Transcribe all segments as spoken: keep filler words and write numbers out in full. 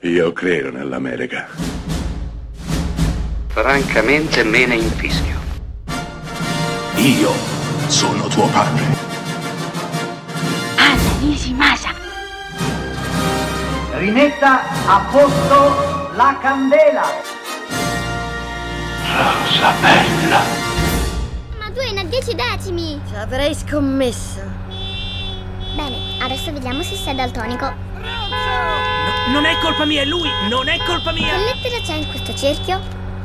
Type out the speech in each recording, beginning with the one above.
Io credo nell'America. Francamente me ne infischio. Io sono tuo padre. Anna Nishimasa. Rimetta a posto la candela. Rosa bella. Ma tu hai una dieci decimi. Ci avrei scommesso. Bene, adesso vediamo se sei daltonico. No, non è colpa mia, è lui! Non è colpa mia! Che lettera c'è in questo cerchio?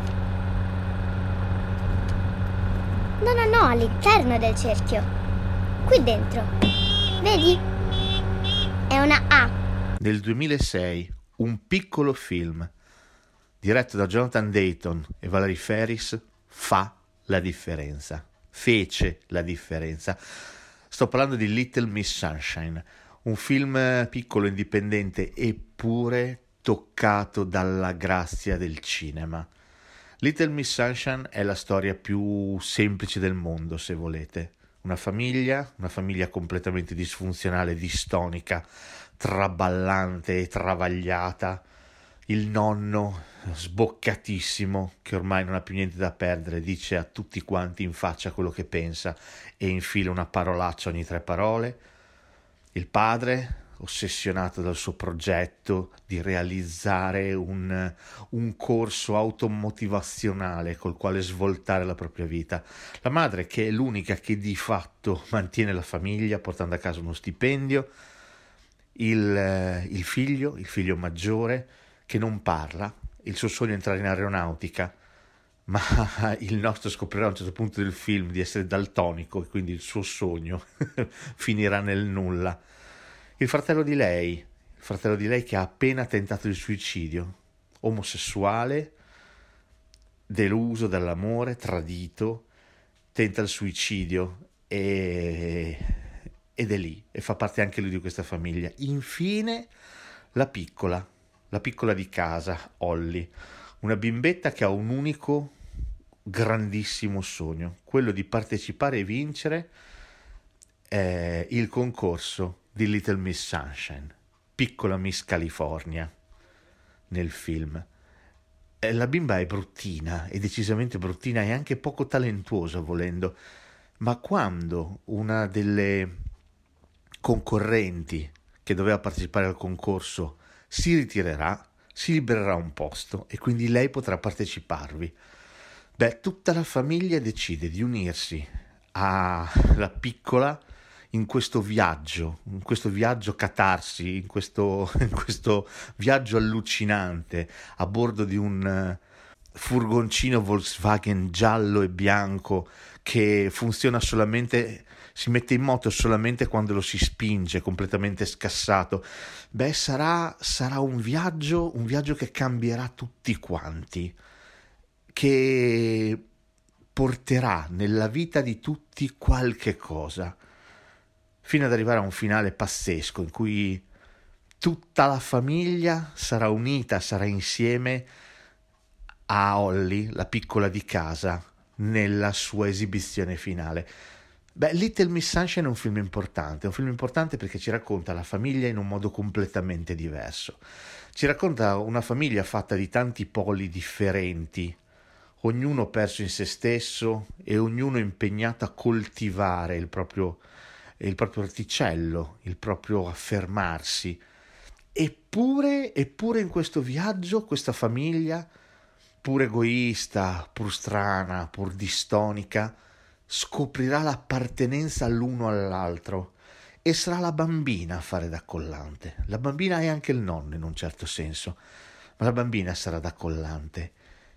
No, no, no, all'interno del cerchio. Qui dentro. Vedi? È una A. Nel duemilasei, un piccolo film diretto da Jonathan Dayton e Valerie Faris fa la differenza. Fece la differenza. Sto parlando di Little Miss Sunshine, un film piccolo, indipendente, eppure toccato dalla grazia del cinema. Little Miss Sunshine è la storia più semplice del mondo, se volete. Una famiglia, una famiglia completamente disfunzionale, distonica, traballante e travagliata. Il nonno sboccatissimo, che ormai non ha più niente da perdere, dice a tutti quanti in faccia quello che pensa e infila una parolaccia ogni tre parole. Il padre, ossessionato dal suo progetto di realizzare un, un corso automotivazionale col quale svoltare la propria vita. La madre, che è l'unica che di fatto mantiene la famiglia portando a casa uno stipendio. Il, il figlio, il figlio maggiore, che non parla. Il suo sogno è entrare in aeronautica, ma il nostro scoprirà a un certo punto del film di essere daltonico e quindi il suo sogno finirà nel nulla. Il fratello di lei, il fratello di lei che ha appena tentato il suicidio, omosessuale, deluso dall'amore, tradito, tenta il suicidio e, ed è lì e fa parte anche lui di questa famiglia. Infine la piccola, la piccola di casa, Holly, una bimbetta che ha un unico grandissimo sogno, quello di partecipare e vincere eh, il concorso di Little Miss Sunshine, piccola Miss California nel film. Eh, la bimba è bruttina, è decisamente bruttina e anche poco talentuosa volendo, ma quando una delle concorrenti che doveva partecipare al concorso si ritirerà, si libererà un posto e quindi lei potrà parteciparvi. Beh, tutta la famiglia decide di unirsi alla piccola in questo viaggio, in questo viaggio catarsi, in questo, in questo viaggio allucinante a bordo di un furgoncino Volkswagen giallo e bianco che funziona solamente, si mette in moto solamente quando lo si spinge, completamente scassato. Beh, sarà, sarà un viaggio, un viaggio che cambierà tutti quanti, che porterà nella vita di tutti qualche cosa, fino ad arrivare a un finale pazzesco in cui tutta la famiglia sarà unita, sarà insieme a Holly, la piccola di casa, nella sua esibizione finale. Beh, Little Miss Sunshine è un film importante, è un film importante perché ci racconta la famiglia in un modo completamente diverso. Ci racconta una famiglia fatta di tanti poli differenti, ognuno perso in se stesso e ognuno impegnato a coltivare il proprio, il proprio orticello, il proprio affermarsi. Eppure, eppure in questo viaggio, questa famiglia, pur egoista, pur strana, pur distonica, scoprirà l'appartenenza l'uno all'altro e sarà la bambina a fare da collante. La bambina è anche il nonno in un certo senso, ma la bambina sarà da collante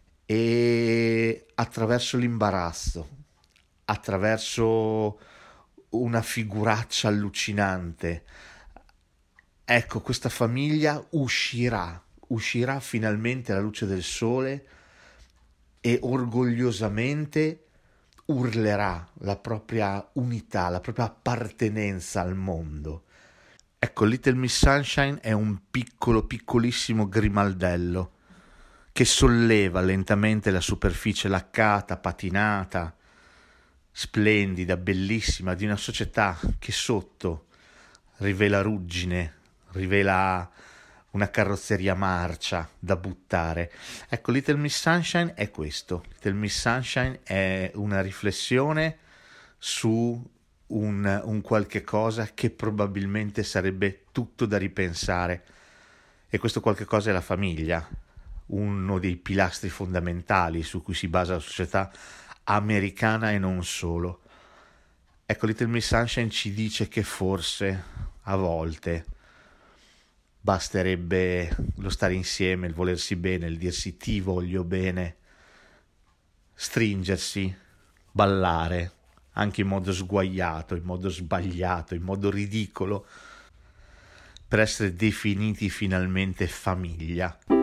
e attraverso l'imbarazzo, attraverso una figuraccia allucinante, ecco, questa famiglia uscirà, uscirà finalmente alla luce del sole e orgogliosamente urlerà la propria unità, la propria appartenenza al mondo. Ecco, Little Miss Sunshine è un piccolo, piccolissimo grimaldello che solleva lentamente la superficie laccata, patinata, splendida, bellissima di una società che sotto rivela ruggine, rivela una carrozzeria marcia da buttare. Ecco, Little Miss Sunshine è questo. Little Miss Sunshine è una riflessione su un, un qualche cosa che probabilmente sarebbe tutto da ripensare, e questo qualche cosa è la famiglia, uno dei pilastri fondamentali su cui si basa la società americana e non solo. Ecco, Little Miss Sunshine ci dice che forse a volte basterebbe lo stare insieme, il volersi bene, il dirsi ti voglio bene, stringersi, ballare, anche in modo sguaiato, in modo sbagliato, in modo ridicolo, per essere definiti finalmente famiglia.